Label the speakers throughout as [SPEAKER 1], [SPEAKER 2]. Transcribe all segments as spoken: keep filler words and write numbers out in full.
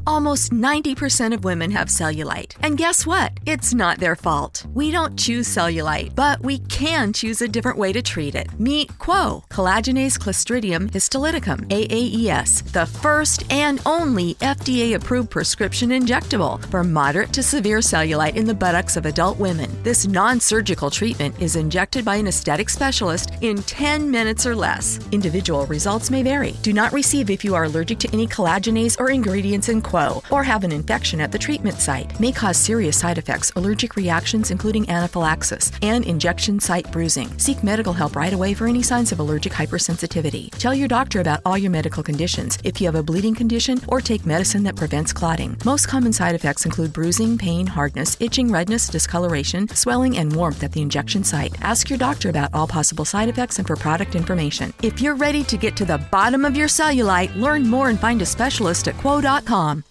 [SPEAKER 1] Almost ninety percent of women have cellulite. And guess what? It's not their fault. We don't choose cellulite, but we can choose a different way to treat it. Meet Quo, Collagenase Clostridium histolyticum, A A E S, the first and only F D A-approved prescription injectable for moderate to severe cellulite in the buttocks of adult women. This non-surgical treatment is injected by an aesthetic specialist in ten minutes or less. Individual results may vary. Do not receive if you are allergic to any collagenase or ingredients in Quo or have an infection at the treatment site. May cause serious side effects, allergic reactions including anaphylaxis, and injection site bruising. Seek medical help right away for any signs of allergic hypersensitivity. Tell your doctor about all your medical conditions, if you have a bleeding condition, or take medicine that prevents clotting. Most common side effects include bruising, pain, hardness, itching, redness, discoloration, swelling, and warmth at the injection site. Ask your doctor about all possible side effects and for product information. If you're ready to get to the bottom of your cellulite, learn more and find a specialist at quo dot com.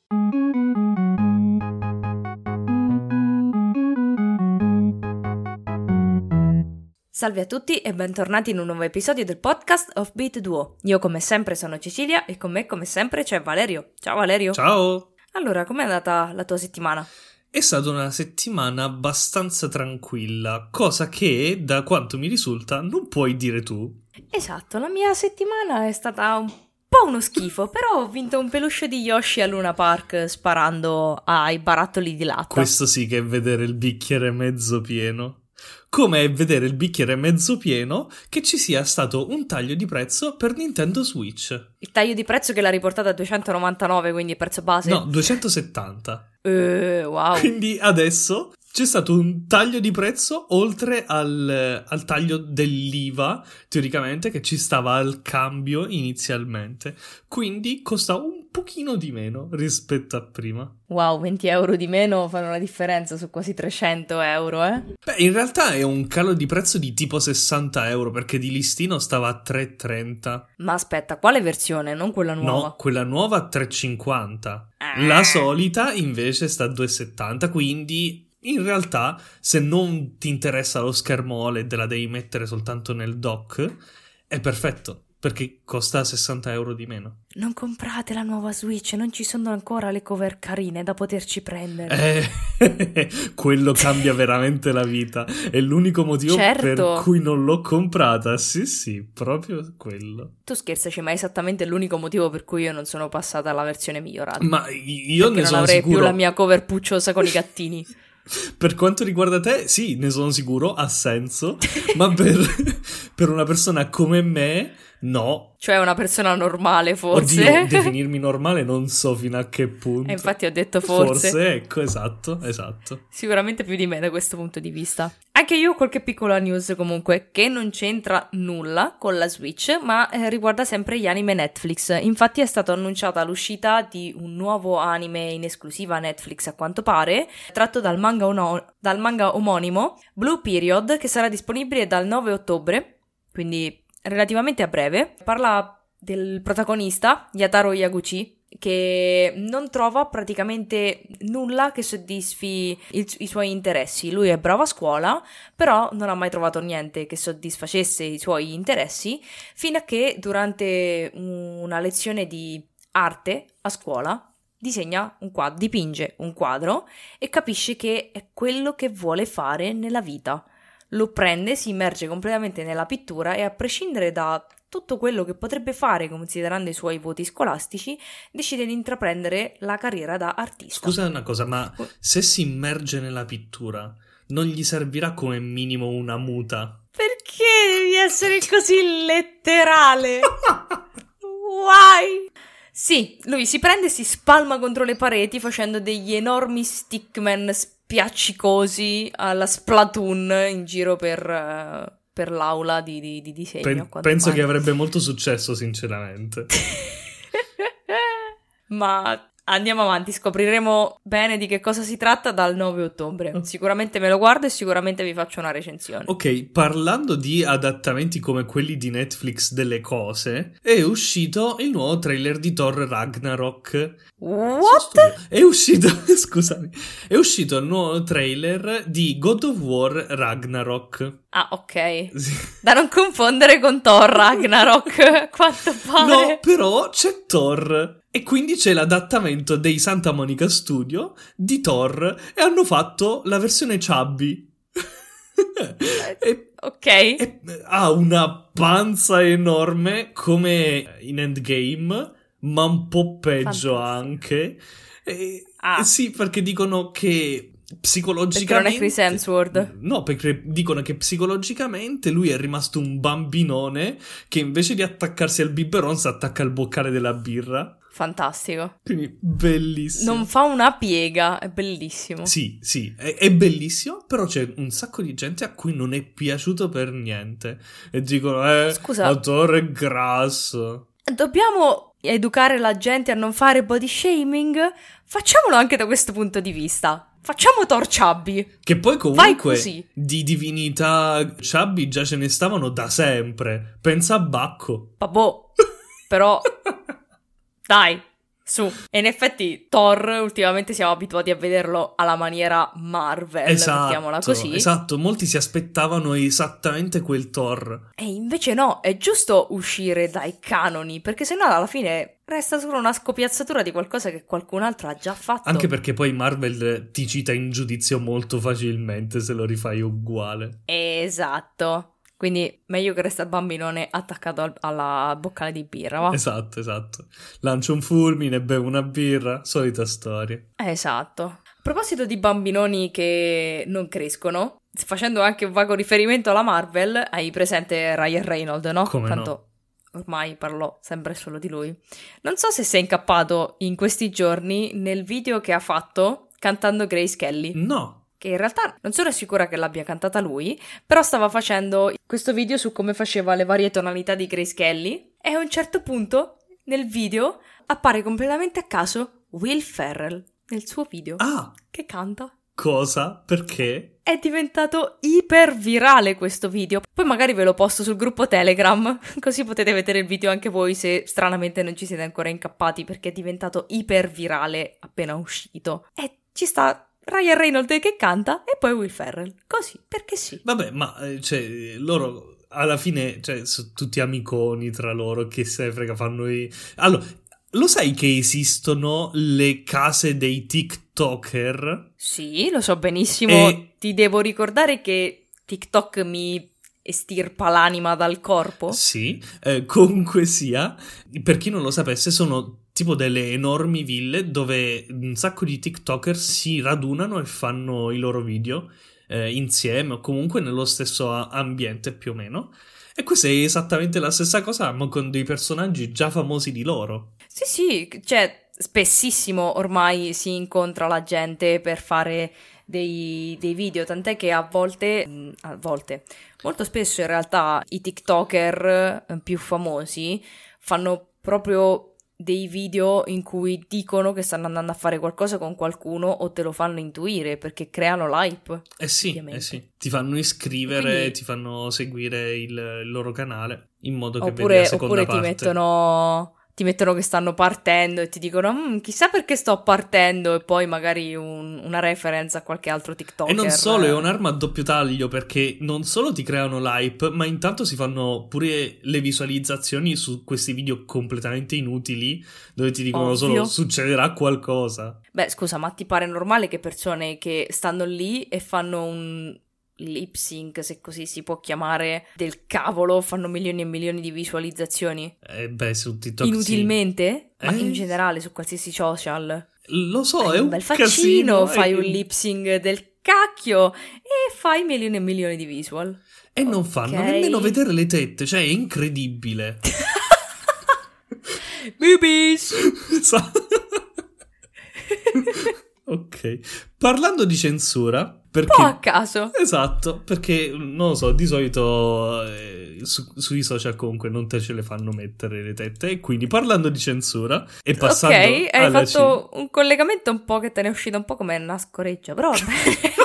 [SPEAKER 2] Salve a tutti e bentornati in un nuovo episodio del podcast of Beat Duo. Io come sempre sono Cecilia e con me come sempre c'è Valerio. Ciao Valerio.
[SPEAKER 3] Ciao.
[SPEAKER 2] Allora, com'è andata la tua settimana?
[SPEAKER 3] È stata una settimana abbastanza tranquilla, cosa che, da quanto mi risulta, non puoi dire tu.
[SPEAKER 2] Esatto, la mia settimana è stata un po' uno schifo, però ho vinto un peluche di Yoshi a Luna Park sparando ai barattoli di latta.
[SPEAKER 3] Questo sì che è vedere il bicchiere mezzo pieno. Come è vedere il bicchiere mezzo pieno che ci sia stato un taglio di prezzo per Nintendo Switch.
[SPEAKER 2] Il taglio di prezzo che l'ha riportata a duecentonovantanove, quindi prezzo base?
[SPEAKER 3] No, duecentosettanta.
[SPEAKER 2] Uh, wow.
[SPEAKER 3] Quindi adesso c'è stato un taglio di prezzo oltre al, al taglio dell'I V A, teoricamente, che ci stava al cambio inizialmente. Quindi costa un pochino di meno rispetto a prima.
[SPEAKER 2] Wow, venti euro di meno fanno la differenza su quasi trecento euro, eh?
[SPEAKER 3] Beh, in realtà è un calo di prezzo di tipo sessanta euro, perché di listino stava a tre e trenta.
[SPEAKER 2] Ma aspetta, quale versione? Non quella nuova?
[SPEAKER 3] No, quella nuova a tre e cinquanta.
[SPEAKER 2] Ah.
[SPEAKER 3] La solita invece sta a due e settanta, quindi in realtà se non ti interessa lo schermo O L E D e la devi mettere soltanto nel dock, è perfetto, perché costa sessanta euro di meno.
[SPEAKER 2] Non comprate la nuova Switch, non ci sono ancora le cover carine da poterci prendere.
[SPEAKER 3] Eh, quello cambia veramente la vita. È l'unico motivo
[SPEAKER 2] certo.
[SPEAKER 3] per cui non l'ho comprata. Sì, sì, proprio quello.
[SPEAKER 2] Tu scherzaci, ma è esattamente l'unico motivo per cui io non sono passata alla versione migliorata.
[SPEAKER 3] Ma io
[SPEAKER 2] perché
[SPEAKER 3] ne sono
[SPEAKER 2] non avrei
[SPEAKER 3] sicuro.
[SPEAKER 2] più la mia cover pucciosa con i gattini.
[SPEAKER 3] Per quanto riguarda te, sì, ne sono sicuro, ha senso, ma per, per una persona come me, no.
[SPEAKER 2] Cioè una persona normale, forse.
[SPEAKER 3] Oddio, definirmi normale non so fino a che punto.
[SPEAKER 2] E infatti ho detto forse.
[SPEAKER 3] Forse, ecco, esatto, esatto.
[SPEAKER 2] Sicuramente più di me da questo punto di vista. Anche io ho qualche piccola news comunque, che non c'entra nulla con la Switch, ma eh, riguarda sempre gli anime Netflix. Infatti è stata annunciata l'uscita di un nuovo anime in esclusiva Netflix, a quanto pare, tratto dal manga, uno- dal manga omonimo, Blue Period, che sarà disponibile dal nove ottobre, quindi relativamente a breve. Parla del protagonista, Yataro Yaguchi, che non trova praticamente nulla che soddisfi il, i suoi interessi. Lui è bravo a scuola, però non ha mai trovato niente che soddisfacesse i suoi interessi, fino a che durante una lezione di arte a scuola disegna un quadro, dipinge un quadro e capisce che è quello che vuole fare nella vita. Lo prende, si immerge completamente nella pittura e, a prescindere da tutto quello che potrebbe fare considerando i suoi voti scolastici, decide di intraprendere la carriera da artista.
[SPEAKER 3] Scusa una cosa, ma se si immerge nella pittura, non gli servirà come minimo una muta?
[SPEAKER 2] Perché devi essere così letterale? Why? Sì, lui si prende e si spalma contro le pareti facendo degli enormi stickman spiaccicosi alla Splatoon in giro per, uh, per l'aula di, di, di disegno.
[SPEAKER 3] Pen- penso
[SPEAKER 2] pare.
[SPEAKER 3] Che avrebbe molto successo, sinceramente.
[SPEAKER 2] Ma andiamo avanti, scopriremo bene di che cosa si tratta dal nove ottobre. Sicuramente me lo guardo e sicuramente vi faccio una recensione.
[SPEAKER 3] Ok, parlando di adattamenti come quelli di Netflix delle cose, è uscito il nuovo trailer di Thor Ragnarok.
[SPEAKER 2] What?
[SPEAKER 3] È uscito, scusami, è uscito il nuovo trailer di God of War Ragnarok.
[SPEAKER 2] Ah, ok.
[SPEAKER 3] Sì.
[SPEAKER 2] Da non confondere con Thor Ragnarok, quanto pare.
[SPEAKER 3] No, però c'è Thor. E quindi c'è l'adattamento dei Santa Monica Studio di Thor e hanno fatto la versione chubby. e,
[SPEAKER 2] Ok.
[SPEAKER 3] e ha una panza enorme come in Endgame, ma un po' peggio
[SPEAKER 2] Fantastico.
[SPEAKER 3] anche. E,
[SPEAKER 2] Ah.
[SPEAKER 3] e sì, perché dicono che psicologicamente...
[SPEAKER 2] Perché non è Chris Hemsworth.
[SPEAKER 3] No, perché dicono che psicologicamente lui è rimasto un bambinone che invece di attaccarsi al biberon si attacca al boccale della birra.
[SPEAKER 2] Fantastico.
[SPEAKER 3] Quindi bellissimo.
[SPEAKER 2] Non fa una piega, è bellissimo.
[SPEAKER 3] Sì, sì, è, è bellissimo, però c'è un sacco di gente a cui non è piaciuto per niente. E dicono, eh,
[SPEAKER 2] Scusa.
[SPEAKER 3] l'attore è grasso.
[SPEAKER 2] Dobbiamo educare la gente a non fare body shaming? Facciamolo anche da questo punto di vista. Facciamo Thor chubby.
[SPEAKER 3] Che poi
[SPEAKER 2] Vai
[SPEAKER 3] comunque
[SPEAKER 2] così.
[SPEAKER 3] di divinità chubby già ce ne stavano da sempre. Pensa a Bacco.
[SPEAKER 2] Vabbè, però dai, su. E in effetti Thor ultimamente siamo abituati a vederlo alla maniera Marvel, mettiamola
[SPEAKER 3] Esatto,
[SPEAKER 2] così.
[SPEAKER 3] esatto, molti si aspettavano esattamente quel Thor.
[SPEAKER 2] E invece no, è giusto uscire dai canoni, perché sennò alla fine resta solo una scopiazzatura di qualcosa che qualcun altro ha già fatto.
[SPEAKER 3] Anche perché poi Marvel ti cita in giudizio molto facilmente se lo rifai uguale.
[SPEAKER 2] Esatto. Quindi meglio che resta il bambinone attaccato al- alla boccale di birra, va?
[SPEAKER 3] Esatto, esatto. Lancio un fulmine, bevo una birra, solita storia.
[SPEAKER 2] Esatto. A proposito di bambinoni che non crescono, facendo anche un vago riferimento alla Marvel, hai presente Ryan Reynolds, no?
[SPEAKER 3] Come
[SPEAKER 2] Tanto ormai parlo sempre solo di lui. Non so se sei incappato in questi giorni nel video che ha fatto cantando Grace Kelly.
[SPEAKER 3] No.
[SPEAKER 2] Che in realtà non sono sicura che l'abbia cantata lui, però stava facendo questo video su come faceva le varie tonalità di Grace Kelly e a un certo punto nel video appare completamente a caso Will Ferrell nel suo video
[SPEAKER 3] Ah,
[SPEAKER 2] che canta.
[SPEAKER 3] cosa? Perché?
[SPEAKER 2] È diventato iper virale questo video. Poi magari ve lo posto sul gruppo Telegram, così potete vedere il video anche voi se stranamente non ci siete ancora incappati, perché è diventato iper virale appena uscito. E ci sta Ryan Reynolds che canta e poi Will Ferrell. Così, perché sì.
[SPEAKER 3] Vabbè, ma eh, cioè, loro alla fine, cioè, sono tutti amiconi tra loro, che se ne frega, fanno i... Allora, lo sai che esistono le case dei TikToker?
[SPEAKER 2] Sì, lo so benissimo.
[SPEAKER 3] E-
[SPEAKER 2] Ti devo ricordare che TikTok mi estirpa l'anima dal corpo.
[SPEAKER 3] Sì, eh, comunque sia, per chi non lo sapesse, sono tipo delle enormi ville dove un sacco di TikToker si radunano e fanno i loro video eh, insieme o comunque nello stesso a- ambiente più o meno. E questa è esattamente la stessa cosa, ma con dei personaggi già famosi di loro.
[SPEAKER 2] Sì, sì, cioè spessissimo ormai si incontra la gente per fare dei, dei video, tant'è che a volte, mh, a volte, molto spesso in realtà i TikToker eh, più famosi fanno proprio dei video in cui dicono che stanno andando a fare qualcosa con qualcuno o te lo fanno intuire perché creano l'hype.
[SPEAKER 3] Eh sì,
[SPEAKER 2] Ovviamente.
[SPEAKER 3] eh sì, ti fanno iscrivere,
[SPEAKER 2] Quindi-
[SPEAKER 3] ti fanno seguire il, il loro canale in modo che vedi la
[SPEAKER 2] Oppure,
[SPEAKER 3] seconda
[SPEAKER 2] oppure ti
[SPEAKER 3] parte.
[SPEAKER 2] mettono, ti mettono che stanno partendo e ti dicono "Mm, chissà perché sto partendo", e poi magari un- una reference a qualche altro TikToker.
[SPEAKER 3] E non solo, è un'arma a doppio taglio, perché non solo ti creano l'hype, ma intanto si fanno pure le visualizzazioni su questi video completamente inutili, dove ti dicono
[SPEAKER 2] Ovvio.
[SPEAKER 3] solo succederà qualcosa.
[SPEAKER 2] Beh, scusa, ma ti pare normale che persone che stanno lì e fanno un lip sync, se così si può chiamare, del cavolo, fanno milioni e milioni di visualizzazioni?
[SPEAKER 3] E beh, su TikTok sì.
[SPEAKER 2] Inutilmente? Ma
[SPEAKER 3] Eh?
[SPEAKER 2] in generale su qualsiasi social.
[SPEAKER 3] Lo so,
[SPEAKER 2] Fai
[SPEAKER 3] è
[SPEAKER 2] un
[SPEAKER 3] un
[SPEAKER 2] bel faccino,
[SPEAKER 3] casino.
[SPEAKER 2] fai
[SPEAKER 3] e-
[SPEAKER 2] un lip sync del cacchio e fai milioni e milioni di visual.
[SPEAKER 3] E non fanno
[SPEAKER 2] Ok.
[SPEAKER 3] nemmeno vedere le tette, cioè è incredibile.
[SPEAKER 2] Boobies!
[SPEAKER 3] Esatto. Ok, parlando di censura, perché...
[SPEAKER 2] Un po' a caso.
[SPEAKER 3] Esatto, perché non lo so, di solito eh, su- sui social comunque non te ce le fanno mettere le tette, e quindi parlando di censura e passando
[SPEAKER 2] Ok, hai
[SPEAKER 3] alla
[SPEAKER 2] fatto un collegamento un po' che te ne è uscito un po' come una scoreggia, però vabbè.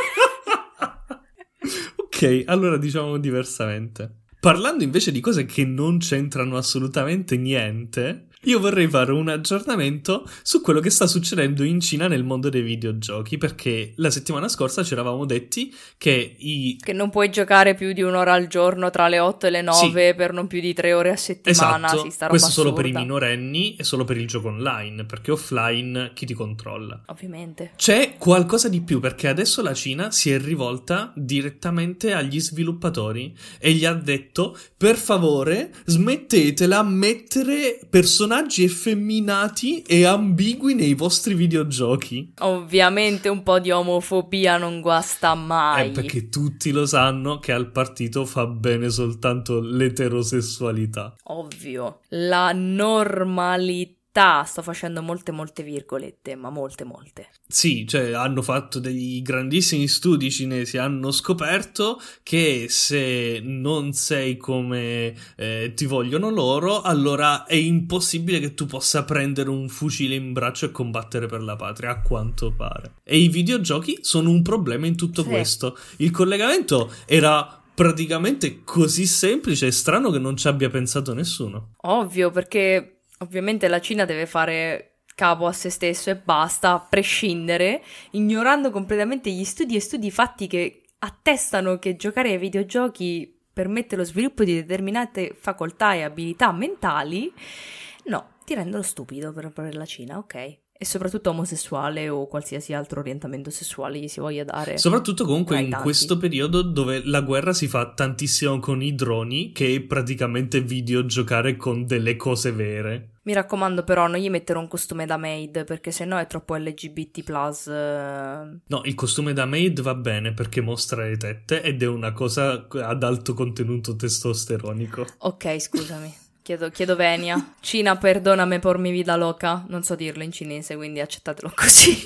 [SPEAKER 3] Ok, allora diciamo diversamente. Parlando invece di cose che non c'entrano assolutamente niente, io vorrei fare un aggiornamento su quello che sta succedendo in Cina nel mondo dei videogiochi, perché la settimana scorsa ci eravamo detti che i...
[SPEAKER 2] Che non puoi giocare più di un'ora al giorno tra le otto e le nove, sì, per non più di tre ore a settimana.
[SPEAKER 3] Esatto,
[SPEAKER 2] sì, sta roba
[SPEAKER 3] questo solo
[SPEAKER 2] assurda.
[SPEAKER 3] Per i minorenni e solo per il gioco online, perché offline chi ti controlla?
[SPEAKER 2] Ovviamente.
[SPEAKER 3] C'è qualcosa di più, perché adesso la Cina si è rivolta direttamente agli sviluppatori e gli ha detto: per favore smettetela mettere personaggi effeminati e ambigui nei vostri videogiochi.
[SPEAKER 2] Ovviamente un po' di omofobia non guasta mai.
[SPEAKER 3] È perché tutti lo sanno che al partito fa bene soltanto l'eterosessualità.
[SPEAKER 2] Ovvio. La normalità. Sto facendo molte molte virgolette, ma molte molte.
[SPEAKER 3] Sì, cioè hanno fatto dei grandissimi studi cinesi, hanno scoperto che se non sei come eh, ti vogliono loro, allora è impossibile che tu possa prendere un fucile in braccio e combattere per la patria, a quanto pare. E i videogiochi sono un problema in tutto sì. questo. Il collegamento era praticamente così semplice e strano che non ci abbia pensato nessuno.
[SPEAKER 2] Ovvio, perché ovviamente la Cina deve fare capo a se stesso e basta, a prescindere, ignorando completamente gli studi e studi fatti che attestano che giocare ai videogiochi permette lo sviluppo di determinate facoltà e abilità mentali. No, ti rendono stupido per, per la Cina, ok? E soprattutto omosessuale o qualsiasi altro orientamento sessuale gli si voglia dare.
[SPEAKER 3] Soprattutto comunque in tanti. Questo periodo dove la guerra si fa tantissimo con i droni, che è praticamente videogiocare con delle cose vere.
[SPEAKER 2] Mi raccomando però non gli mettere un costume da maid, perché sennò è troppo L G B T plus.
[SPEAKER 3] No, il costume da maid va bene perché mostra le tette ed è una cosa ad alto contenuto testosteronico.
[SPEAKER 2] Ok, scusami. Chiedo, chiedo venia. Cina, perdonami por mi vida loca. Non so dirlo in cinese, quindi accettatelo così.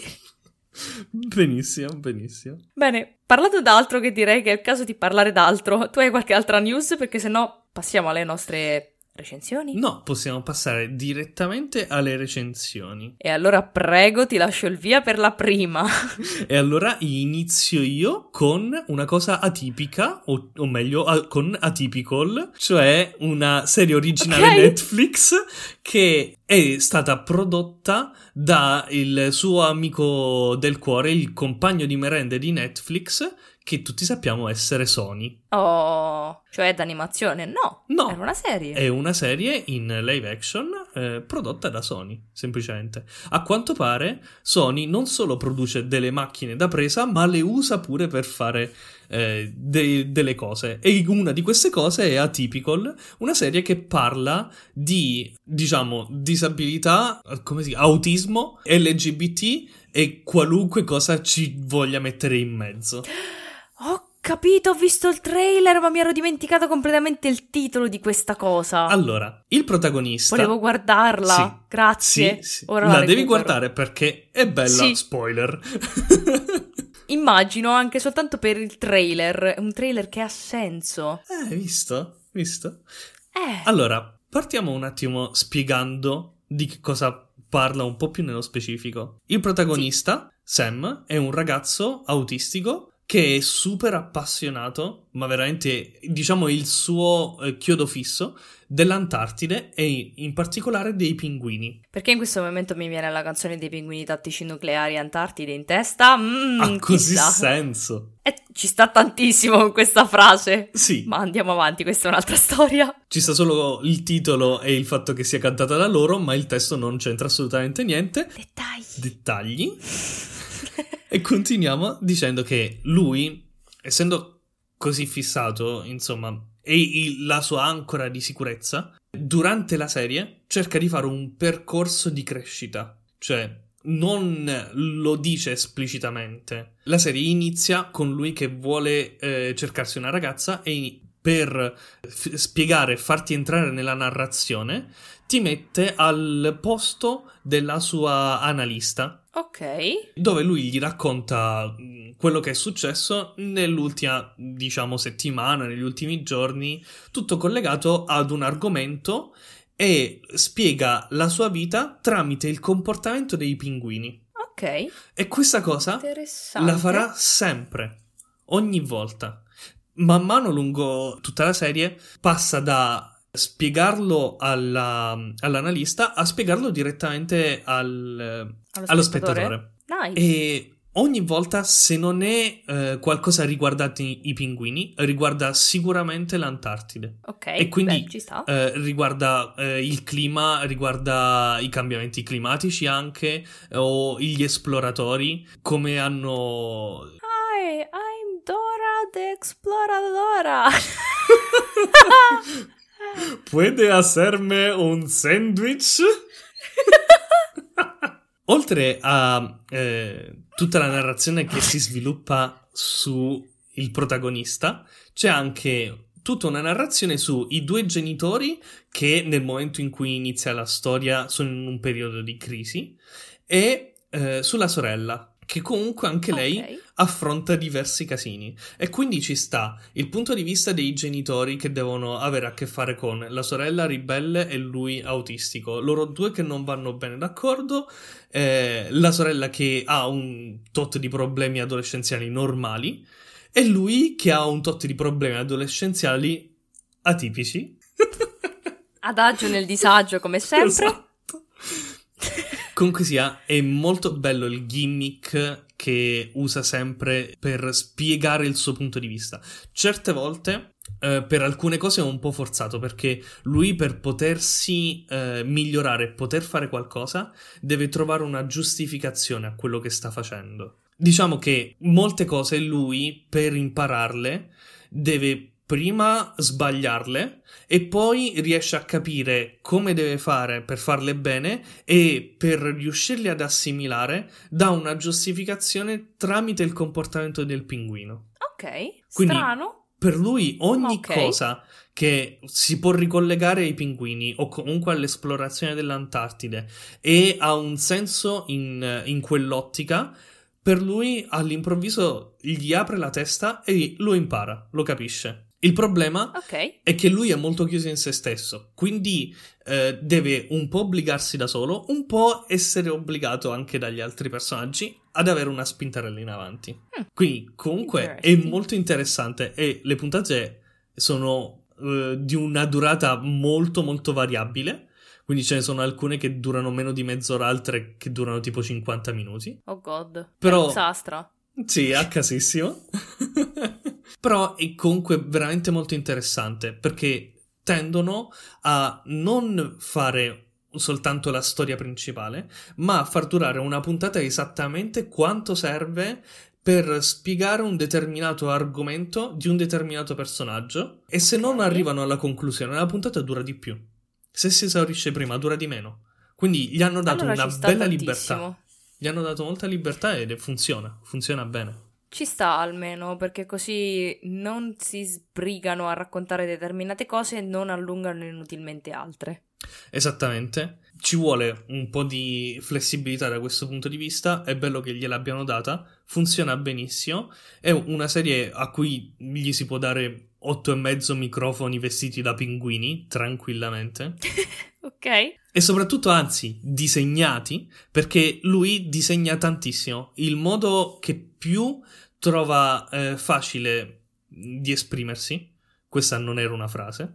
[SPEAKER 3] Benissimo, benissimo.
[SPEAKER 2] Bene, parlando d'altro, che direi che è il caso di parlare d'altro. Tu hai qualche altra news? Perché sennò passiamo alle nostre recensioni?
[SPEAKER 3] No, possiamo passare direttamente alle recensioni.
[SPEAKER 2] E allora prego, ti lascio il via per la prima.
[SPEAKER 3] E allora inizio io con una cosa atipica, o, o meglio, a, con Atypical, cioè una serie originale okay. Netflix che è stata prodotta da il suo amico del cuore, il compagno di merende di Netflix, che tutti sappiamo essere Sony.
[SPEAKER 2] Oh, cioè d'animazione? No,
[SPEAKER 3] no,
[SPEAKER 2] era una serie.
[SPEAKER 3] È una serie in live action eh, prodotta da Sony, semplicemente. A quanto pare Sony non solo produce delle macchine da presa, ma le usa pure per fare eh, de- delle cose. E una di queste cose è Atypical, una serie che parla di, diciamo, disabilità, come si chiama? Autismo, L G B T e qualunque cosa ci voglia mettere in mezzo.
[SPEAKER 2] Ho capito, ho visto il trailer, ma mi ero dimenticato completamente il titolo di questa cosa.
[SPEAKER 3] Allora, il protagonista...
[SPEAKER 2] Volevo guardarla,
[SPEAKER 3] sì,
[SPEAKER 2] grazie.
[SPEAKER 3] Sì, sì.
[SPEAKER 2] Ora
[SPEAKER 3] la,
[SPEAKER 2] la
[SPEAKER 3] devi guardare perché è bella, sì. Spoiler.
[SPEAKER 2] Immagino anche soltanto per il trailer, un trailer che ha senso.
[SPEAKER 3] Eh, visto? Visto?
[SPEAKER 2] Eh.
[SPEAKER 3] Allora, partiamo un attimo spiegando di che cosa parla un po' più nello specifico. Il protagonista, sì. Sam, è un ragazzo autistico che è super appassionato, ma veramente, diciamo, il suo eh, chiodo fisso dell'Antartide e in particolare dei pinguini.
[SPEAKER 2] Perché in questo momento mi viene la canzone dei pinguini tattici nucleari Antartide in testa? Mm,
[SPEAKER 3] ha così
[SPEAKER 2] chissà.
[SPEAKER 3] senso.
[SPEAKER 2] Eh, ci sta tantissimo con questa frase.
[SPEAKER 3] Sì.
[SPEAKER 2] Ma andiamo avanti, questa è un'altra storia.
[SPEAKER 3] Ci sta solo il titolo e il fatto che sia cantata da loro, ma il testo non c'entra assolutamente niente.
[SPEAKER 2] Dettagli.
[SPEAKER 3] Dettagli. E continuiamo dicendo che lui, essendo così fissato, insomma, è il, la sua ancora di sicurezza, durante la serie cerca di fare un percorso di crescita. Cioè, non lo dice esplicitamente. La serie inizia con lui che vuole eh, cercarsi una ragazza e per f- spiegare e farti entrare nella narrazione ti mette al posto della sua analista.
[SPEAKER 2] Ok.
[SPEAKER 3] Dove lui gli racconta quello che è successo nell'ultima, diciamo, settimana, negli ultimi giorni, tutto collegato ad un argomento e spiega la sua vita tramite il comportamento dei pinguini.
[SPEAKER 2] Ok.
[SPEAKER 3] E questa cosa la farà sempre, ogni volta. Man mano lungo tutta la serie passa da spiegarlo alla, all'analista a spiegarlo direttamente al,
[SPEAKER 2] Allo
[SPEAKER 3] allo
[SPEAKER 2] spettatore?
[SPEAKER 3] spettatore.
[SPEAKER 2] Nice.
[SPEAKER 3] E ogni volta, se non è eh, qualcosa riguardante i, i pinguini, riguarda sicuramente l'Antartide.
[SPEAKER 2] Ok,
[SPEAKER 3] E quindi
[SPEAKER 2] beh, ci sta.
[SPEAKER 3] eh, riguarda eh, il clima, riguarda i cambiamenti climatici anche, o gli esploratori, come hanno...
[SPEAKER 2] Hi, I'm Dora the Exploradora.
[SPEAKER 3] ¿Puede hacerme un sandwich? Oltre a eh, tutta la narrazione che si sviluppa su il protagonista, c'è anche tutta una narrazione sui due genitori che nel momento in cui inizia la storia sono in un periodo di crisi, e eh, sulla sorella, che comunque anche lei
[SPEAKER 2] Ok.
[SPEAKER 3] affronta diversi casini. E quindi ci sta il punto di vista dei genitori che devono avere a che fare con la sorella ribelle e lui autistico, loro due che non vanno bene d'accordo, eh, la sorella che ha un tot di problemi adolescenziali normali e lui che ha un tot di problemi adolescenziali atipici.
[SPEAKER 2] Adagio nel disagio, come sempre.
[SPEAKER 3] Esatto. Comunque sia, è molto bello il gimmick che usa sempre per spiegare il suo punto di vista. Certe volte, eh, per alcune cose è un po' forzato, perché lui per potersi eh, migliorare, poter fare qualcosa, deve trovare una giustificazione a quello che sta facendo. Diciamo che molte cose lui, per impararle, deve prima sbagliarle e poi riesce a capire come deve fare per farle bene, e per riuscirli ad assimilare dà una giustificazione tramite il comportamento del pinguino.
[SPEAKER 2] Ok,
[SPEAKER 3] Quindi,
[SPEAKER 2] strano.
[SPEAKER 3] Per lui ogni
[SPEAKER 2] Ok.
[SPEAKER 3] cosa che si può ricollegare ai pinguini o comunque all'esplorazione dell'Antartide e ha un senso in, in quell'ottica, per lui all'improvviso gli apre la testa e lo impara, lo capisce. Il problema
[SPEAKER 2] Ok.
[SPEAKER 3] è che lui è molto chiuso in se stesso, quindi eh, deve un po' obbligarsi da solo, un po' essere obbligato anche dagli altri personaggi ad avere una spintarella in avanti.
[SPEAKER 2] Mm.
[SPEAKER 3] Quindi comunque è
[SPEAKER 2] Interesting.
[SPEAKER 3] molto interessante, e le puntate sono eh, di una durata molto molto variabile, quindi ce ne sono alcune che durano meno di mezz'ora, altre che durano tipo cinquanta minuti.
[SPEAKER 2] Oh god.
[SPEAKER 3] Però-
[SPEAKER 2] È un sastra.
[SPEAKER 3] Sì, a casissimo. Però è comunque veramente molto interessante, perché tendono a non fare soltanto la storia principale, ma a far durare una puntata esattamente quanto serve per spiegare un determinato argomento di un determinato personaggio, e se non
[SPEAKER 2] Ok.
[SPEAKER 3] arrivano alla conclusione la puntata dura di più. Se si esaurisce prima dura di meno. Quindi gli hanno dato
[SPEAKER 2] Allora
[SPEAKER 3] una
[SPEAKER 2] ci sta
[SPEAKER 3] bella
[SPEAKER 2] tantissimo.
[SPEAKER 3] libertà. Gli hanno dato molta libertà ed funziona, funziona bene.
[SPEAKER 2] Ci sta almeno, perché così non si sbrigano a raccontare determinate cose e non allungano inutilmente altre.
[SPEAKER 3] Esattamente. Ci vuole un po' di flessibilità da questo punto di vista, è bello che gliel'abbiano data, funziona benissimo, è una serie a cui gli si può dare otto e mezzo microfoni vestiti da pinguini, tranquillamente.
[SPEAKER 2] Ok?
[SPEAKER 3] E soprattutto, anzi, disegnati, perché lui disegna tantissimo. Il modo che più trova eh, facile di esprimersi, questa non era una frase,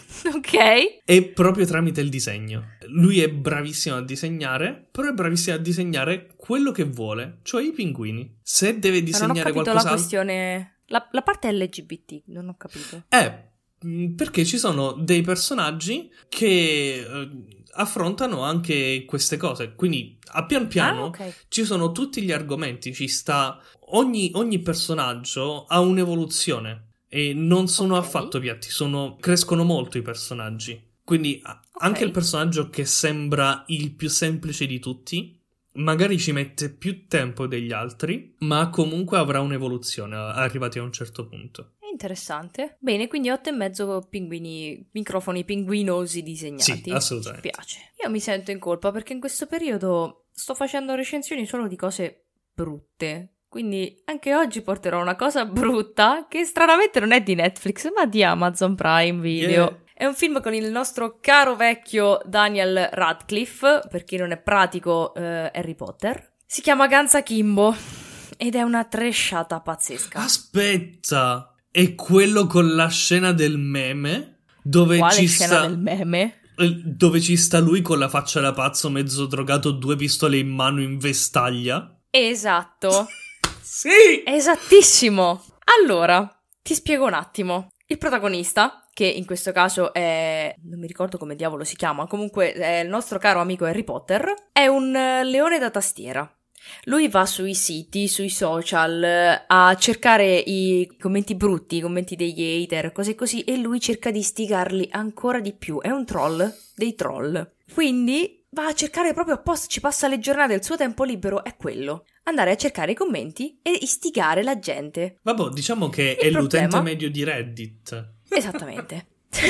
[SPEAKER 2] Ok.
[SPEAKER 3] è proprio tramite il disegno. Lui è bravissimo a disegnare, però è bravissimo a disegnare quello che vuole, cioè i pinguini. Se deve
[SPEAKER 2] Ma non ho
[SPEAKER 3] disegnare
[SPEAKER 2] capito la
[SPEAKER 3] qualcos'altro...
[SPEAKER 2] questione... La, la parte L G B T, non ho capito.
[SPEAKER 3] Eh, mh, perché ci sono dei personaggi che eh, affrontano anche queste cose. Quindi, a pian piano,
[SPEAKER 2] Ah, ok.
[SPEAKER 3] ci sono tutti gli argomenti, ci sta... Ogni, ogni personaggio ha un'evoluzione e non sono
[SPEAKER 2] Ok.
[SPEAKER 3] affatto piatti, sono, crescono molto i personaggi. Quindi a- anche il personaggio che sembra il più semplice di tutti, magari ci mette più tempo degli altri, ma comunque avrà un'evoluzione a- arrivati a un certo punto.
[SPEAKER 2] Interessante. Bene, quindi otto e mezzo pinguini, microfoni pinguinosi disegnati.
[SPEAKER 3] Sì, assolutamente.
[SPEAKER 2] Mi piace. Io mi sento in colpa perché in questo periodo sto facendo recensioni solo di cose brutte. Quindi anche oggi porterò una cosa brutta che stranamente non è di Netflix, ma di Amazon Prime Video.
[SPEAKER 3] Yeah.
[SPEAKER 2] È un film con il nostro caro vecchio Daniel Radcliffe, per chi non è pratico, eh, Harry Potter. Si chiama Guns Akimbo ed è una trashata pazzesca.
[SPEAKER 3] Aspetta, è quello con la scena del meme? Dove
[SPEAKER 2] Quale
[SPEAKER 3] ci
[SPEAKER 2] scena
[SPEAKER 3] sta...
[SPEAKER 2] del meme?
[SPEAKER 3] Dove ci sta lui con la faccia da pazzo, mezzo drogato, due pistole in mano in vestaglia.
[SPEAKER 2] Esatto.
[SPEAKER 3] Sì!
[SPEAKER 2] Esattissimo. Allora, ti spiego un attimo. Il protagonista, che in questo caso è... non mi ricordo come diavolo si chiama, comunque è il nostro caro amico Harry Potter, è un eh, leone da tastiera. Lui va sui siti, sui social, eh, a cercare i commenti brutti, i commenti degli hater, cose così, e lui cerca di istigarli ancora di più. È un troll dei troll. Quindi va a cercare proprio apposta, ci passa le giornate, il suo tempo libero è quello. Andare a cercare i commenti e istigare la gente.
[SPEAKER 3] Vabbè, diciamo che
[SPEAKER 2] Il
[SPEAKER 3] è
[SPEAKER 2] problema...
[SPEAKER 3] l'utente medio di Reddit.
[SPEAKER 2] Esattamente.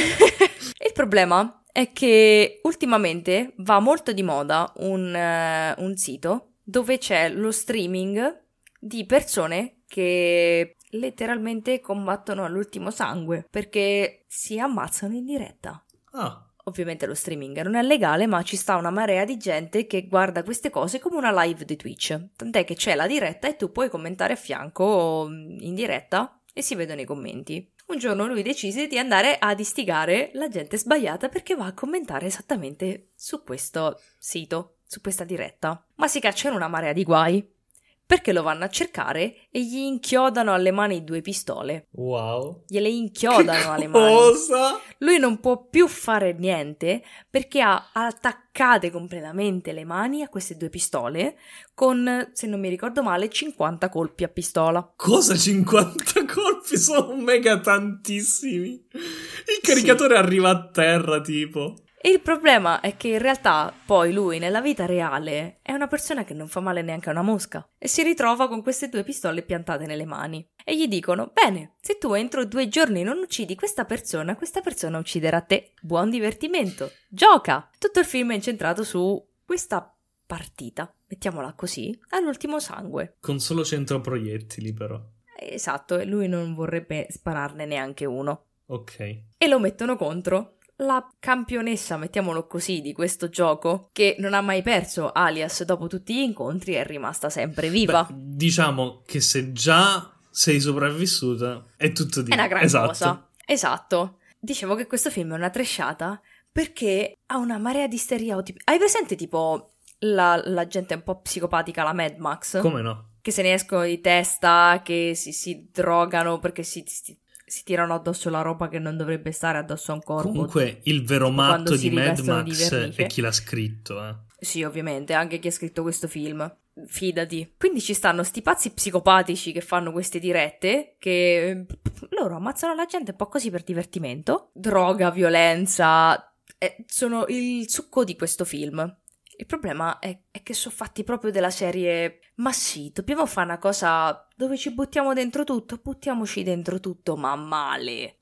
[SPEAKER 2] Il problema è che ultimamente va molto di moda un, uh, un sito dove c'è lo streaming di persone che letteralmente combattono all'ultimo sangue perché si ammazzano in diretta.
[SPEAKER 3] Ah.
[SPEAKER 2] Ovviamente lo streaming non è legale, ma ci sta una marea di gente che guarda queste cose come una live di Twitch. Tant'è che c'è la diretta e tu puoi commentare a fianco in diretta e si vedono i commenti. Un giorno lui decise di andare ad istigare la gente sbagliata perché va a commentare esattamente su questo sito, su questa diretta. Ma si caccia in una marea di guai, perché lo vanno a cercare e gli inchiodano alle mani due pistole.
[SPEAKER 3] Wow.
[SPEAKER 2] Gliele inchiodano alle
[SPEAKER 3] Cosa?
[SPEAKER 2] mani. Lui non può più fare niente perché ha attaccate completamente le mani a queste due pistole con, se non mi ricordo male, cinquanta colpi a pistola.
[SPEAKER 3] Cosa? cinquanta colpi? Sono mega tantissimi. Il caricatore
[SPEAKER 2] Sì.
[SPEAKER 3] arriva a terra, tipo.
[SPEAKER 2] E il problema è che in realtà poi lui nella vita reale è una persona che non fa male neanche a una mosca e si ritrova con queste due pistole piantate nelle mani e gli dicono: bene, se tu entro due giorni non uccidi questa persona, questa persona ucciderà te. Buon divertimento, gioca! Tutto il film è incentrato su questa partita, mettiamola così, all'ultimo sangue.
[SPEAKER 3] Con solo cento proiettili, però.
[SPEAKER 2] Esatto, e lui non vorrebbe spararne neanche uno.
[SPEAKER 3] Ok.
[SPEAKER 2] E lo mettono contro la campionessa, mettiamolo così, di questo gioco, che non ha mai perso, alias dopo tutti gli incontri è rimasta sempre viva.
[SPEAKER 3] Beh, diciamo che se già sei sopravvissuta è tutto di...
[SPEAKER 2] È una gran
[SPEAKER 3] esatto.
[SPEAKER 2] cosa. Esatto. Dicevo che questo film è una trashata perché ha una marea di stereotipi. Hai presente tipo la, la gente un po' psicopatica, la Mad Max?
[SPEAKER 3] Come no?
[SPEAKER 2] Che se ne escono di testa, che si, si drogano perché si... si si tirano addosso la roba che non dovrebbe stare addosso a un corpo.
[SPEAKER 3] Comunque il vero
[SPEAKER 2] tipo
[SPEAKER 3] matto di Mad
[SPEAKER 2] di
[SPEAKER 3] Max
[SPEAKER 2] vernice.
[SPEAKER 3] è chi l'ha scritto, eh.
[SPEAKER 2] Sì, ovviamente, anche chi ha scritto questo film. Fidati. Quindi ci stanno sti pazzi psicopatici che fanno queste dirette, che loro ammazzano la gente un po' così per divertimento. Droga, violenza, eh, sono il succo di questo film. Il problema è, è che sono fatti proprio della serie: ma sì, dobbiamo fare una cosa dove ci buttiamo dentro tutto, buttiamoci dentro tutto, ma male.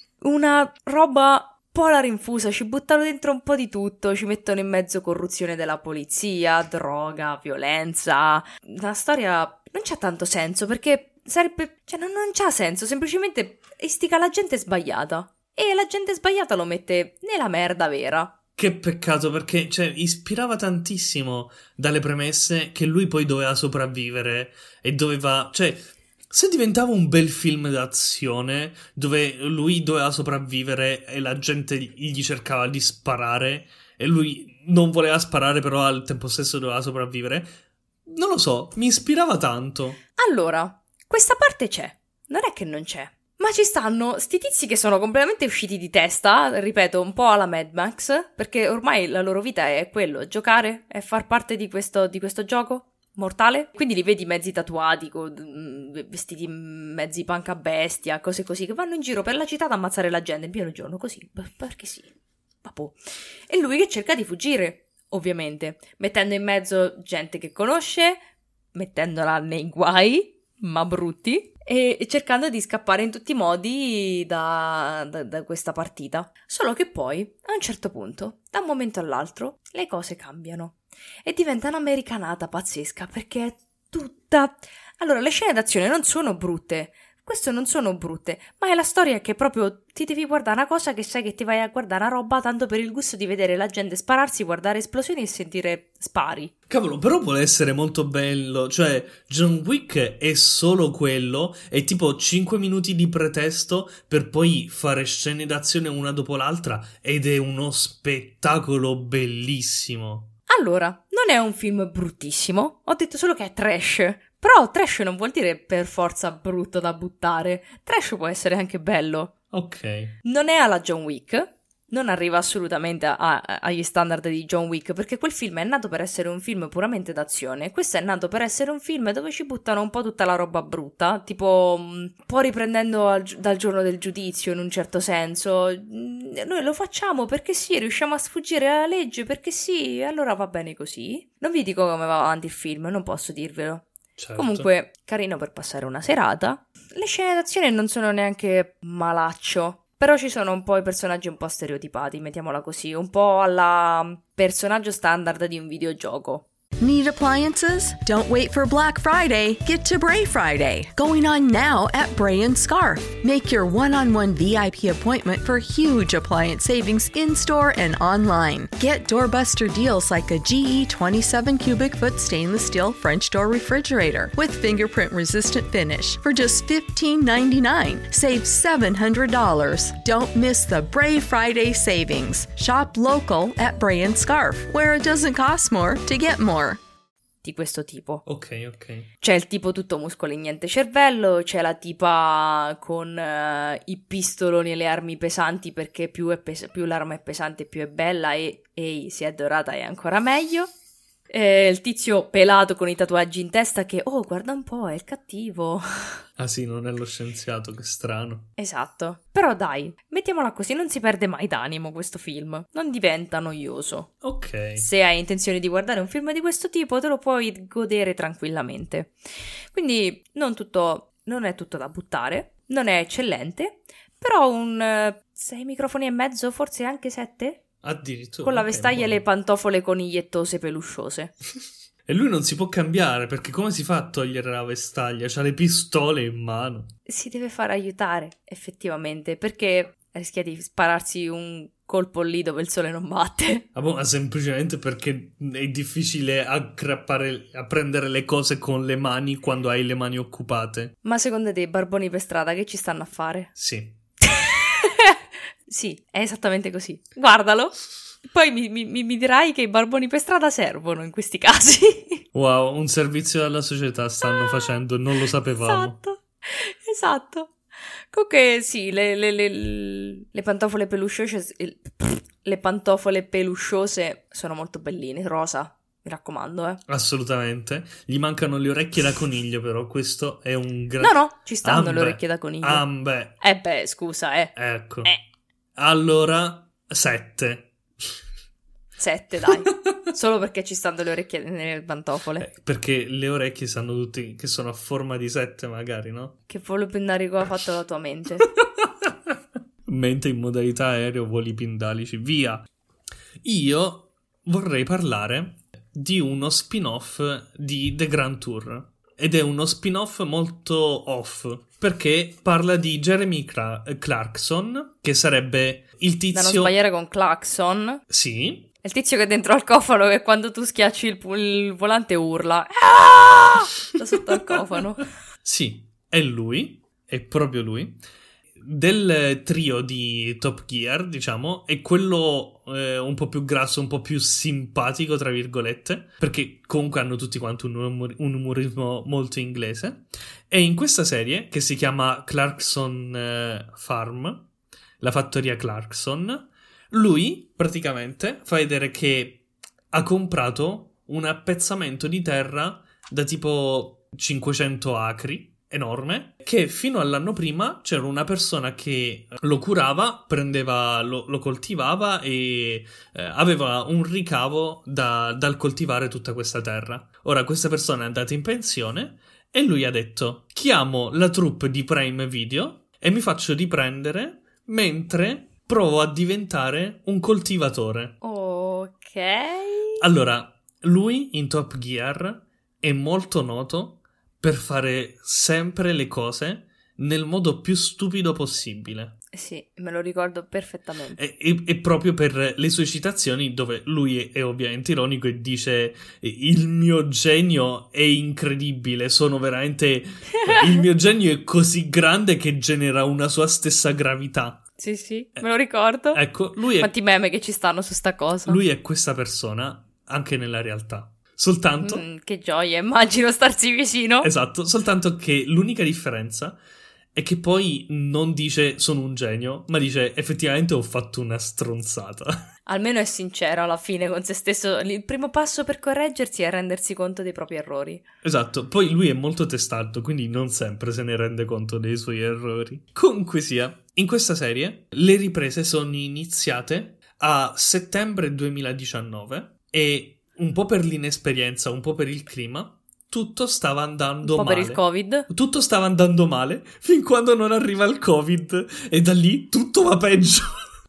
[SPEAKER 2] Una roba pola rinfusa, ci buttano dentro un po' di tutto, ci mettono in mezzo corruzione della polizia, droga, violenza. La storia non c'ha tanto senso perché sarebbe... cioè non, non c'ha senso, semplicemente istiga la gente sbagliata. E la gente sbagliata lo mette nella merda vera.
[SPEAKER 3] Che peccato, perché cioè, ispirava tantissimo dalle premesse che lui poi doveva sopravvivere e doveva... cioè, se diventava un bel film d'azione dove lui doveva sopravvivere e la gente gli cercava di sparare e lui non voleva sparare però al tempo stesso doveva sopravvivere, non lo so, mi ispirava tanto.
[SPEAKER 2] Allora, questa parte c'è, non è che non c'è. Ma ci stanno sti tizi che sono completamente usciti di testa, ripeto, un po' alla Mad Max, perché ormai la loro vita è quello, giocare, è far parte di questo, di questo gioco mortale. Quindi li vedi mezzi tatuati, con, vestiti mezzi punk a bestia, cose così, che vanno in giro per la città ad ammazzare la gente in pieno giorno, così, perché sì, vabbè. E lui che cerca di fuggire, ovviamente, mettendo in mezzo gente che conosce, mettendola nei guai, ma brutti, e cercando di scappare in tutti i modi da, da, da questa partita. Solo che poi, a un certo punto, da un momento all'altro, le cose cambiano e diventa un'americanata pazzesca perché è tutta... Allora, le scene d'azione non sono brutte, Queste non sono brutte, ma è la storia che proprio ti devi guardare una cosa che sai che ti vai a guardare una roba tanto per il gusto di vedere la gente spararsi, guardare esplosioni e sentire spari.
[SPEAKER 3] Cavolo, però vuole essere molto bello, cioè John Wick è solo quello, è tipo cinque minuti di pretesto per poi fare scene d'azione una dopo l'altra ed è uno spettacolo bellissimo.
[SPEAKER 2] Allora, non è un film bruttissimo, ho detto solo che è trash. Però trash non vuol dire per forza brutto da buttare. Trash può essere anche bello.
[SPEAKER 3] Ok.
[SPEAKER 2] Non è alla John Wick, non arriva assolutamente a, a, agli standard di John Wick, perché quel film è nato per essere un film puramente d'azione. Questo è nato per essere un film dove ci buttano un po' tutta la roba brutta, tipo un po' riprendendo al, dal giorno del giudizio in un certo senso. Noi lo facciamo perché sì, riusciamo a sfuggire alla legge perché sì, e allora va bene così. Non vi dico come va avanti il film, non posso dirvelo.
[SPEAKER 3] Certo.
[SPEAKER 2] Comunque, carino per passare una serata. Le scene d'azione non sono neanche malaccio, però ci sono un po' i personaggi un po' stereotipati, mettiamola così, un po' alla personaggio standard di un videogioco.
[SPEAKER 1] Need appliances? Don't wait for Black Friday. Get to Bray Friday, going on now at Bray and Scarf. Make your one-on-one V I P appointment for huge appliance savings in-store and online. Get doorbuster deals like a G E twenty-seven cubic foot stainless steel French door refrigerator with fingerprint-resistant finish for just fifteen ninety-nine. Save seven hundred dollars. Don't miss the Bray Friday savings. Shop local at Bray and Scarf, where it doesn't cost more to get more.
[SPEAKER 2] Di questo tipo.
[SPEAKER 3] Ok, ok.
[SPEAKER 2] C'è il tipo tutto muscoli e niente cervello, c'è la tipa con uh, i pistoloni e le armi pesanti perché più, è pes- più l'arma è pesante più è bella e ehi, si è dorata è ancora meglio. E il tizio pelato con i tatuaggi in testa che, oh, guarda un po', è il cattivo.
[SPEAKER 3] Ah sì, non è lo scienziato, che strano.
[SPEAKER 2] Esatto. Però dai, mettiamola così, non si perde mai d'animo questo film. Non diventa noioso.
[SPEAKER 3] Ok.
[SPEAKER 2] Se hai intenzione di guardare un film di questo tipo, te lo puoi godere tranquillamente. Quindi non tutto, non è tutto da buttare, non è eccellente, però un sei microfoni e mezzo, forse anche sette?
[SPEAKER 3] Addirittura.
[SPEAKER 2] Con la
[SPEAKER 3] okay,
[SPEAKER 2] vestaglia e
[SPEAKER 3] buono.
[SPEAKER 2] le pantofole conigliettose pelusciose.
[SPEAKER 3] E lui non si può cambiare, perché come si fa a togliere la vestaglia? C'ha le pistole in mano.
[SPEAKER 2] Si deve far aiutare, effettivamente, perché rischia di spararsi un colpo lì dove il sole non batte.
[SPEAKER 3] Ah, boh, ma semplicemente perché è difficile aggrappare, a prendere le cose con le mani quando hai le mani occupate.
[SPEAKER 2] Ma secondo te, barboni per strada, che ci stanno a fare?
[SPEAKER 3] Sì.
[SPEAKER 2] Sì, è esattamente così. Guardalo. Poi mi, mi, mi dirai che i barboni per strada servono in questi casi.
[SPEAKER 3] Wow, un servizio alla società stanno
[SPEAKER 2] Ah,
[SPEAKER 3] facendo, non lo sapevamo.
[SPEAKER 2] Esatto, esatto. Comunque sì, le, le, le, le pantofole pelusciose, le pantofole pelusciose sono molto belline, rosa, mi raccomando, eh.
[SPEAKER 3] Assolutamente. Gli mancano le orecchie da coniglio, però questo è un gran...
[SPEAKER 2] No, no, ci stanno
[SPEAKER 3] Ambe.
[SPEAKER 2] le orecchie da coniglio.
[SPEAKER 3] Ambe.
[SPEAKER 2] Eh beh, scusa, eh.
[SPEAKER 3] Ecco.
[SPEAKER 2] Eh.
[SPEAKER 3] Allora, sette.
[SPEAKER 2] Sette, dai. Solo perché ci stanno le orecchie nelle pantofole.
[SPEAKER 3] Eh, perché le orecchie sanno tutti che sono a forma di sette, magari, no?
[SPEAKER 2] Che volo pindarico ha fatto la tua mente.
[SPEAKER 3] Mente in modalità aereo, voli pindalici, via. Io vorrei parlare di uno spin-off di The Grand Tour. Ed è uno spin-off molto off, perché parla di Jeremy Cla- Clarkson, che sarebbe il tizio...
[SPEAKER 2] Da non sbagliare con Klaxon.
[SPEAKER 3] Sì.
[SPEAKER 2] È il tizio che è dentro al cofano che quando tu schiacci il, pu- il volante urla. Ah! Da sotto al cofano.
[SPEAKER 3] Sì, è lui, è proprio lui. Del trio di Top Gear, diciamo, è quello eh, un po' più grasso, un po' più simpatico, tra virgolette, perché comunque hanno tutti quanti un, umor- un umorismo molto inglese. E in questa serie, che si chiama Clarkson eh, Farm, la fattoria Clarkson, lui praticamente fa vedere che ha comprato un appezzamento di terra da tipo cinquecento acri, enorme, che fino all'anno prima c'era una persona che lo curava, prendeva, lo, lo coltivava e eh, aveva un ricavo da, dal coltivare tutta questa terra. Ora questa persona è andata in pensione e lui ha detto: chiamo la troupe di Prime Video e mi faccio riprendere mentre provo a diventare un coltivatore.
[SPEAKER 2] Ok.
[SPEAKER 3] Allora, lui in Top Gear è molto noto per fare sempre le cose nel modo più stupido possibile.
[SPEAKER 2] Sì, me lo ricordo perfettamente.
[SPEAKER 3] E, e, e proprio per le sue citazioni, dove lui è, è ovviamente ironico e dice: il mio genio è incredibile, sono veramente... il mio genio è così grande che genera una sua stessa gravità.
[SPEAKER 2] Sì, sì, me lo ricordo.
[SPEAKER 3] Ecco, lui è...
[SPEAKER 2] Quanti meme che ci stanno su sta cosa.
[SPEAKER 3] Lui è questa persona anche nella realtà. Soltanto...
[SPEAKER 2] Mm, che gioia, immagino starsi vicino.
[SPEAKER 3] Esatto, soltanto che l'unica differenza è che poi non dice sono un genio, ma dice effettivamente ho fatto una stronzata.
[SPEAKER 2] Almeno è sincero alla fine con se stesso. Il primo passo per correggersi è rendersi conto dei propri errori.
[SPEAKER 3] Esatto, poi lui è molto testardo, quindi non sempre se ne rende conto dei suoi errori. Comunque sia, in questa serie le riprese sono iniziate a settembre duemiladiciannove e un po' per l'inesperienza, un po' per il clima, tutto stava andando
[SPEAKER 2] male. Un po'
[SPEAKER 3] male.
[SPEAKER 2] per il Covid.
[SPEAKER 3] Tutto stava andando male fin quando non arriva il Covid e da lì tutto va peggio.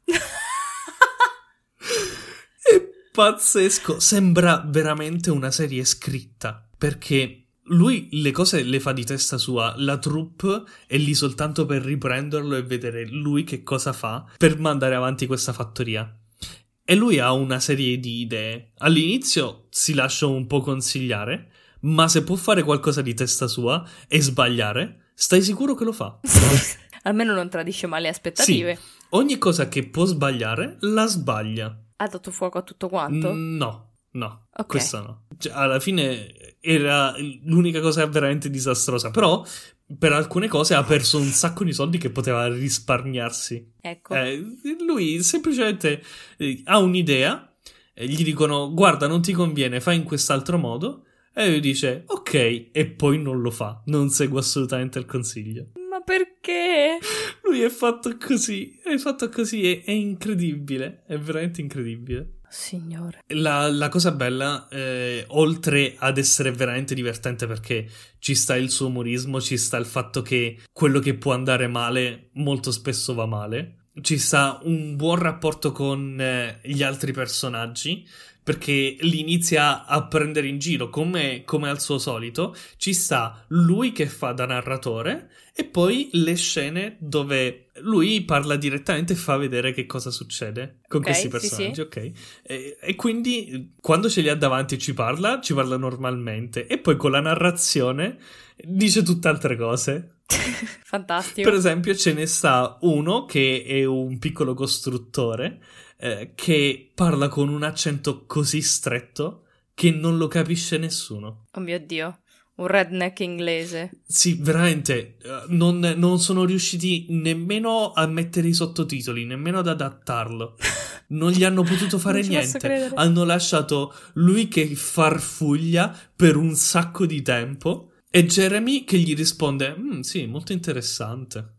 [SPEAKER 3] È pazzesco. Sembra veramente una serie scritta, perché lui le cose le fa di testa sua, la troupe è lì soltanto per riprenderlo e vedere lui che cosa fa per mandare avanti questa fattoria. E lui ha una serie di idee. All'inizio si lascia un po' consigliare, ma se può fare qualcosa di testa sua e sbagliare, stai sicuro che lo fa.
[SPEAKER 2] Almeno non tradisce mai le aspettative.
[SPEAKER 3] Sì, ogni cosa che può sbagliare, la sbaglia.
[SPEAKER 2] Ha dato fuoco a tutto quanto?
[SPEAKER 3] No, no,
[SPEAKER 2] okay.
[SPEAKER 3] Questo no. Cioè, alla fine era l'unica cosa veramente disastrosa, però per alcune cose ha perso un sacco di soldi che poteva risparmiarsi.
[SPEAKER 2] Ecco.
[SPEAKER 3] Eh, lui semplicemente eh, ha un'idea, eh, gli dicono guarda non ti conviene, fai in quest'altro modo. E lui dice, ok, e poi non lo fa, non segue assolutamente il consiglio.
[SPEAKER 2] Ma perché?
[SPEAKER 3] Lui è fatto così, è fatto così, è, è incredibile, è veramente incredibile.
[SPEAKER 2] Signore.
[SPEAKER 3] La, la cosa bella, eh, oltre ad essere veramente divertente perché ci sta il suo umorismo, ci sta il fatto che quello che può andare male molto spesso va male, ci sta un buon rapporto con eh, gli altri personaggi, perché li inizia a prendere in giro come, come al suo solito. Ci sta lui che fa da narratore e poi le scene dove lui parla direttamente e fa vedere che cosa succede con
[SPEAKER 2] okay,
[SPEAKER 3] questi personaggi,
[SPEAKER 2] sì, sì.
[SPEAKER 3] ok? E, e quindi quando ce li ha davanti e ci parla, ci parla normalmente e poi con la narrazione dice tutt'altre cose.
[SPEAKER 2] Fantastico.
[SPEAKER 3] Per esempio ce ne sta uno che è un piccolo costruttore eh, che parla con un accento così stretto che non lo capisce nessuno.
[SPEAKER 2] Oh mio Dio, un redneck inglese.
[SPEAKER 3] Sì, veramente, non, non sono riusciti nemmeno a mettere i sottotitoli, nemmeno ad adattarlo. Non gli hanno potuto fare niente. Hanno lasciato lui che farfuglia per un sacco di tempo e Jeremy che gli risponde, mm, sì, molto interessante.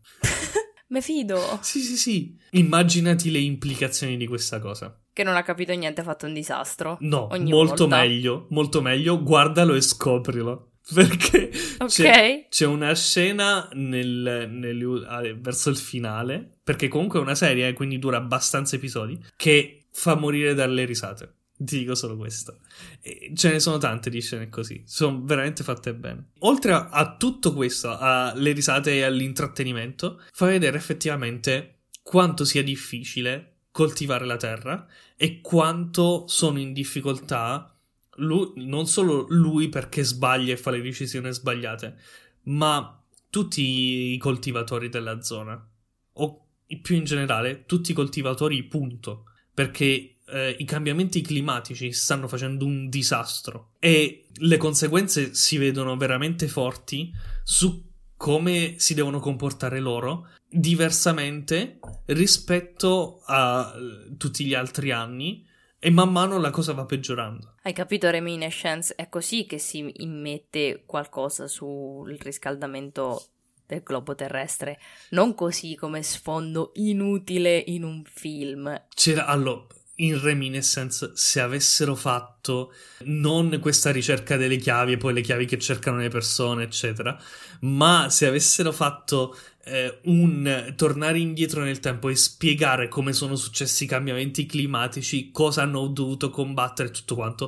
[SPEAKER 2] Me fido.
[SPEAKER 3] Sì, sì, sì. Immaginati le implicazioni di questa cosa.
[SPEAKER 2] Che non ha capito niente, ha fatto un disastro.
[SPEAKER 3] No,
[SPEAKER 2] ogni
[SPEAKER 3] molto
[SPEAKER 2] volta.
[SPEAKER 3] meglio, molto meglio. Guardalo e scoprilo. Perché
[SPEAKER 2] Ok.
[SPEAKER 3] c'è, c'è una scena nel, nel, verso il finale, perché comunque è una serie, eh, quindi dura abbastanza episodi, che fa morire dalle risate. Ti dico solo questo. E ce ne sono tante di scene così, sono veramente fatte bene. Oltre a, a tutto questo, alle risate e all'intrattenimento, fa vedere effettivamente quanto sia difficile coltivare la terra e quanto sono in difficoltà lui, non solo lui perché sbaglia e fa le decisioni sbagliate, ma tutti i coltivatori della zona, o più in generale tutti i coltivatori, punto, perché Eh, i cambiamenti climatici stanno facendo un disastro e le conseguenze si vedono veramente forti su come si devono comportare loro diversamente rispetto a uh, tutti gli altri anni e man mano la cosa va peggiorando.
[SPEAKER 2] Hai capito, Reminiscence? È così che si immette qualcosa sul riscaldamento del globo terrestre, non così come sfondo inutile in un film.
[SPEAKER 3] C'era allora in Reminiscence, se avessero fatto non questa ricerca delle chiavi e poi le chiavi che cercano le persone eccetera, ma se avessero fatto eh, un tornare indietro nel tempo e spiegare come sono successi i cambiamenti climatici, cosa hanno dovuto combattere, tutto quanto,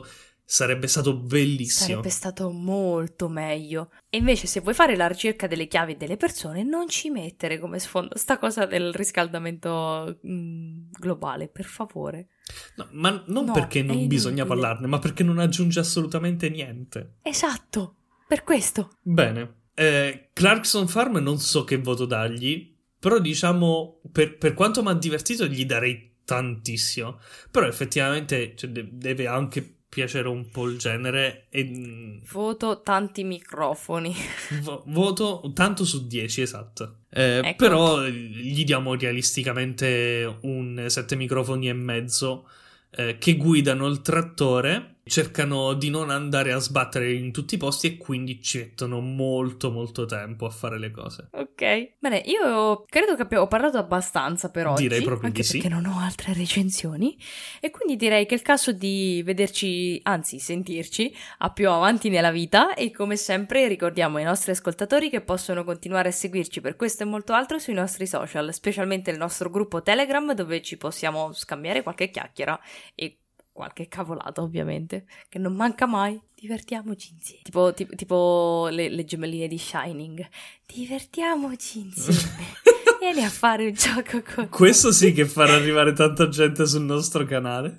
[SPEAKER 3] Sarebbe stato bellissimo.
[SPEAKER 2] Sarebbe stato molto meglio. E invece se vuoi fare la ricerca delle chiavi delle persone, non ci mettere come sfondo sta cosa del riscaldamento mh, globale, per favore.
[SPEAKER 3] No, ma non
[SPEAKER 2] no,
[SPEAKER 3] perché non bisogna
[SPEAKER 2] inutile.
[SPEAKER 3] parlarne, ma perché non aggiunge assolutamente niente.
[SPEAKER 2] Esatto, per questo.
[SPEAKER 3] Bene, eh, Clarkson Farm non so che voto dargli, però diciamo, per, per quanto mi ha divertito gli darei tantissimo. Però effettivamente cioè, de- deve anche piacere un po' il genere e
[SPEAKER 2] Voto tanti microfoni.
[SPEAKER 3] vo- voto tanto su dieci, esatto. Eh,
[SPEAKER 2] Ecco.
[SPEAKER 3] Però gli diamo realisticamente un sette microfoni e mezzo eh, che guidano il trattore, cercano di non andare a sbattere in tutti i posti e quindi ci mettono molto molto tempo a fare le cose.
[SPEAKER 2] Ok. Bene, io credo che abbiamo parlato abbastanza per oggi.
[SPEAKER 3] Direi proprio
[SPEAKER 2] anche
[SPEAKER 3] di sì.
[SPEAKER 2] perché non ho altre recensioni. E quindi direi che è il caso di vederci, anzi sentirci, a più avanti nella vita. E come sempre ricordiamo ai nostri ascoltatori che possono continuare a seguirci per questo e molto altro sui nostri social, specialmente il nostro gruppo Telegram dove ci possiamo scambiare qualche chiacchiera e qualche cavolata, ovviamente, che non manca mai. Divertiamoci insieme. Tipo, tipo, tipo le, le gemelline di Shining. Divertiamoci insieme. Vieni a fare un gioco con
[SPEAKER 3] Questo sì che farà arrivare tanta gente sul nostro canale.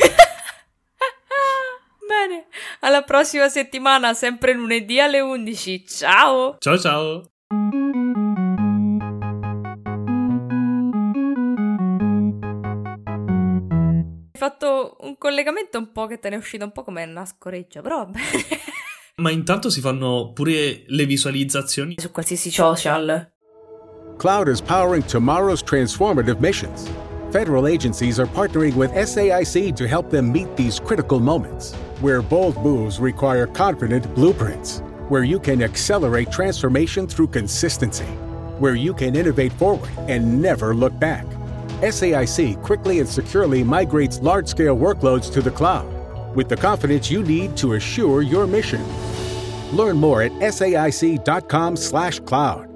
[SPEAKER 2] Bene, alla prossima settimana, sempre lunedì alle undici. Ciao!
[SPEAKER 3] Ciao ciao!
[SPEAKER 2] Hai fatto un collegamento un po' che te ne è uscito un po' come una scoreggia, però va bene.
[SPEAKER 3] Ma intanto si fanno pure le visualizzazioni.
[SPEAKER 2] Su qualsiasi social.
[SPEAKER 4] Cloud is powering tomorrow's transformative missions. Federal agencies are partnering with S A I C to help them meet these critical moments, where bold moves require confident blueprints, where you can accelerate transformation through consistency, where you can innovate forward and never look back. S A I C quickly and securely migrates large-scale workloads to the cloud with the confidence you need to assure your mission. Learn more at S A I C dot com slash cloud.